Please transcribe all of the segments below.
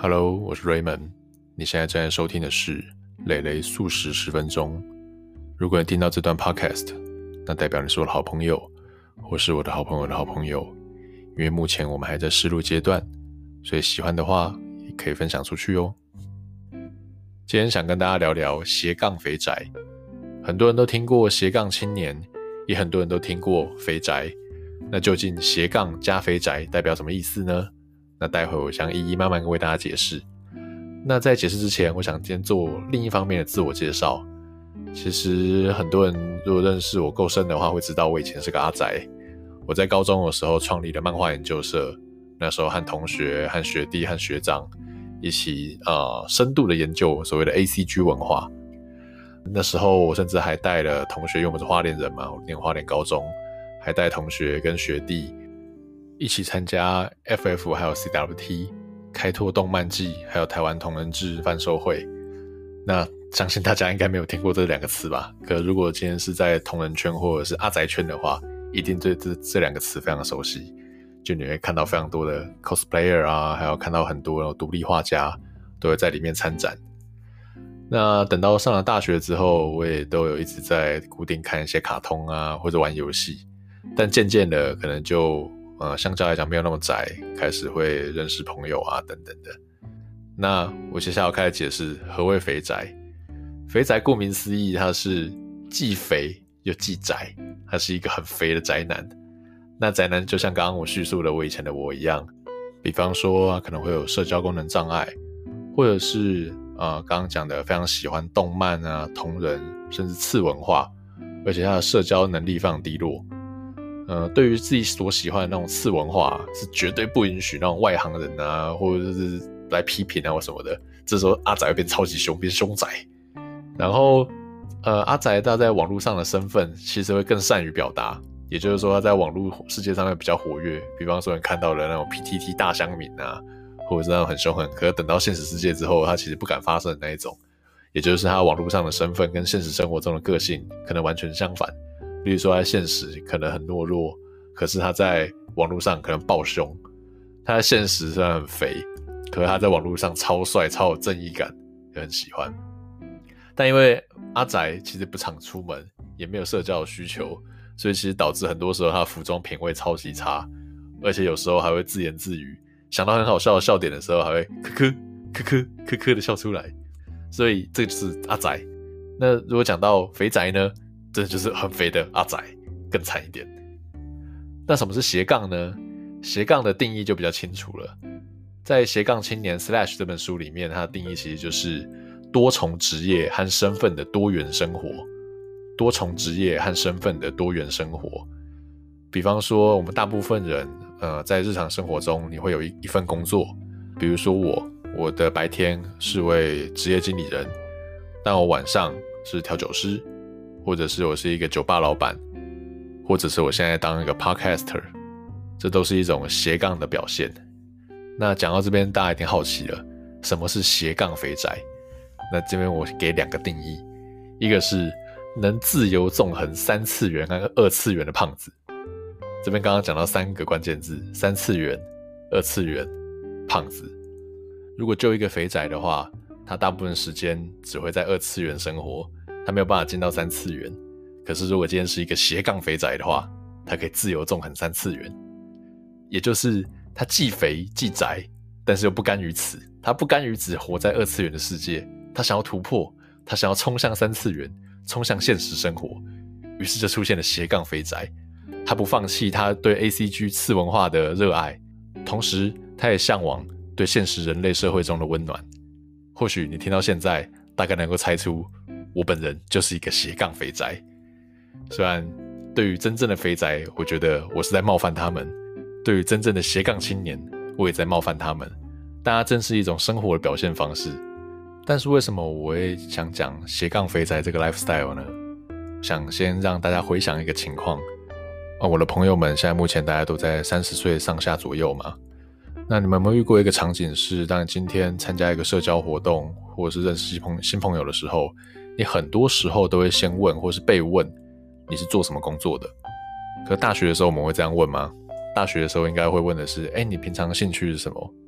Hello， 我是 Raymond， 你现在正在收听的是蕾蕾素食10分钟。如果你听到这段 podcast， 那代表你是我的好朋友，或是我的好朋友的好朋友。因为目前我们还在试录阶段，所以喜欢的话也可以分享出去哦。今天想跟大家聊聊斜杠肥宅。很多人都听过斜杠青年，也很多人都听过肥宅。那究竟斜杠加肥宅代表什么意思呢？那待会我想一一慢慢为大家解释。那在解释之前，我想先做另一方面的自我介绍。其实很多人如果认识我够深的话，会知道我以前是个阿宅。我在高中的时候创立了漫画研究社，那时候和同学、和学弟、和学长一起深度的研究所谓的 ACG 文化。那时候我甚至还带了同学，因为我们是花莲人嘛，我念花莲高中，还带同学跟学弟一起参加 FF 还有 CWT 开拓动漫季，还有台湾同人志贩售会。那相信大家应该没有听过这两个词吧？可如果今天是在同人圈或者是阿宅圈的话，一定对这两个词非常熟悉。就你会看到非常多的 cosplayer 啊，还有看到很多独立画家都会在里面参展。那等到上了大学之后，我也都有一直在固定看一些卡通啊，或者玩游戏。但渐渐的可能就相较来讲没有那么宅，开始会认识朋友啊等等的。那我接下来要开始解释何谓肥宅。肥宅顾名思义，它是既肥又既宅，他是一个很肥的宅男。那宅男就像刚刚我叙述的我以前的我一样，比方说可能会有社交功能障碍，或者是刚刚讲的非常喜欢动漫啊、同人甚至次文化，而且他的社交能力非常低落。对于自己所喜欢的那种次文化是绝对不允许那种外行人啊，或者是来批评啊或什么的。这时候阿宅会变超级凶，变凶宅。然后阿宅他在网络上的身份其实会更善于表达，也就是说他在网络世界上面比较活跃。比方说你看到的那种 PTT 大乡民啊，或者是那种很凶狠，可是等到现实世界之后他其实不敢发声的那一种。也就是他网络上的身份跟现实生活中的个性可能完全相反。例如说他现实可能很懦弱，可是他在网络上可能暴凶。他在现实虽然很肥，可是他在网络上超帅超有正义感，也很喜欢。但因为阿宅其实不常出门，也没有社交的需求，所以其实导致很多时候他的服装品味超级差，而且有时候还会自言自语，想到很好笑的笑点的时候还会咳咳的笑出来。所以这就是阿宅。那如果讲到肥宅呢，这就是很肥的阿宅，更惨一点。那什么是斜杠呢？斜杠的定义就比较清楚了。在斜杠青年 Slash 这本书里面，它的定义其实就是多重职业和身份的多元生活。多重职业和身份的多元生活。比方说我们大部分人在日常生活中你会有一份工作。比如说我的白天是位职业经理人，但我晚上是调酒师，或者是我是一个酒吧老板，或者是我现在当一个 podcaster， 这都是一种斜杠的表现。那讲到这边大家一定好奇了，什么是斜杠肥宅？那这边我给两个定义，一个是能自由纵横3次元和2次元的胖子。这边刚刚讲到3个关键字，3次元、2次元、胖子。如果就一个肥宅的话，他大部分时间只会在2次元生活，他没有办法进到3次元。可是如果今天是一个斜杠肥宅的话，他可以自由纵横3次元。也就是他既肥既宅，但是又不甘于此。他不甘于只活在2次元的世界，他想要突破，他想要冲向3次元，冲向现实生活。于是就出现了斜杠肥宅。他不放弃他对 ACG 次文化的热爱，同时他也向往对现实人类社会中的温暖。或许你听到现在大概能够猜出，我本人就是一个斜杠肥宅。虽然对于真正的肥宅，我觉得我是在冒犯他们，对于真正的斜杠青年，我也在冒犯他们。但它真是一种生活的表现方式。但是为什么我会想讲斜杠肥宅这个 lifestyle 呢？想先让大家回想一个情况。我的朋友们现在目前大家都在30岁上下左右嘛。那你们有没有遇过一个场景是，当你今天参加一个社交活动，或者是认识新朋友的时候，你很多时候都会先问或是被问你是做什么工作的。可是大学的时候我们会这样问吗？大学的时候应该会问的是，你平常兴趣是什么？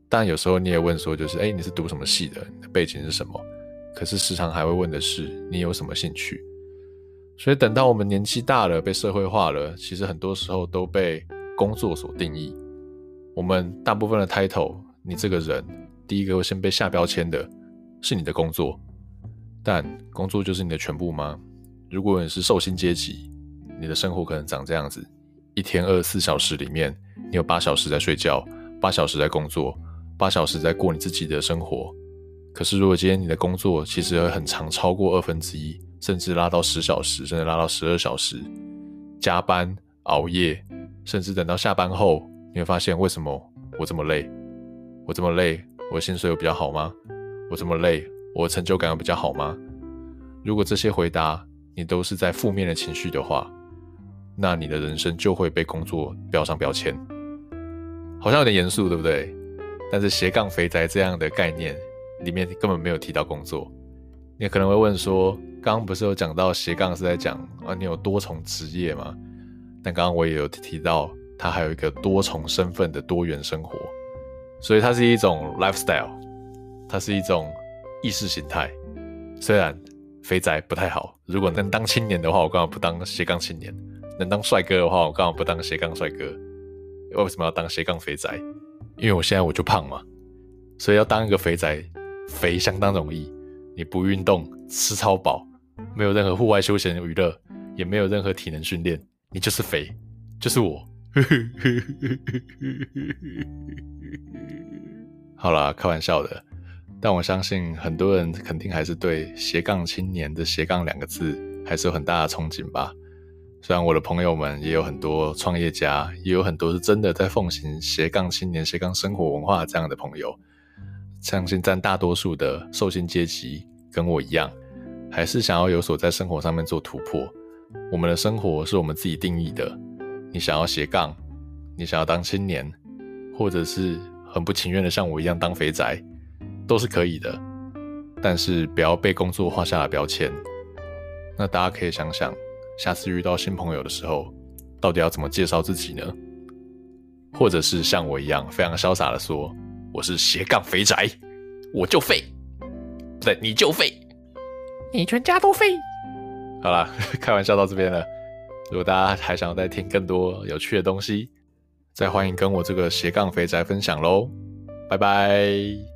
当然有时候你也问说就是你是读什么系的，你的背景是什么，可是时常还会问的是你有什么兴趣。所以等到我们年纪大了，被社会化了，其实很多时候都被工作所定义。我们大部分的 title， 你这个人第一个会先被下标签的是你的工作，但工作就是你的全部吗？如果你是受薪阶级，你的生活可能长这样子，一天24小时里面，你有8小时在睡觉，8小时在工作，8小时在过你自己的生活。可是如果今天你的工作其实会很长，超过1/2，甚至拉到10小时，甚至拉到12小时，加班熬夜，甚至等到下班后，你会发现为什么我这么累？我这么累，我的薪水有比较好吗？我这么累，我的成就感有比较好吗？如果这些回答你都是在负面的情绪的话，那你的人生就会被工作标上标签。好像有点严肃，对不对？但是斜杠肥宅这样的概念里面根本没有提到工作。你可能会问说，刚刚不是有讲到斜杠是在讲你有多重职业吗？但刚刚我也有提到，它还有一个多重身份的多元生活，所以它是一种 lifestyle， 它是一种意识形态。虽然肥宅不太好，如果能当青年的话，我干嘛不当斜杠青年？能当帅哥的话，我干嘛不当斜杠帅哥？为什么要当斜杠肥宅？因为我现在我就胖嘛，所以要当一个肥宅，肥相当容易。你不运动，吃超饱，没有任何户外休闲娱乐，也没有任何体能训练，你就是肥，就是我。好啦，开玩笑的，但我相信很多人肯定还是对斜杠青年的斜杠2个字还是有很大的憧憬吧。虽然我的朋友们也有很多创业家，也有很多是真的在奉行斜杠青年、斜杠生活文化这样的朋友，相信占大多数的受薪阶级跟我一样，还是想要有所在生活上面做突破。我们的生活是我们自己定义的，你想要斜杠，你想要当青年，或者是很不情愿的像我一样当肥宅，都是可以的，但是不要被工作画下了标签。那大家可以想想，下次遇到新朋友的时候，到底要怎么介绍自己呢？或者是像我一样非常潇洒的说，我是斜杠肥宅，我就废，不对，你就废，你全家都废。好啦，开玩笑到这边了。如果大家还想要再听更多有趣的东西，再欢迎跟我这个斜杠肥宅分享咯。拜拜。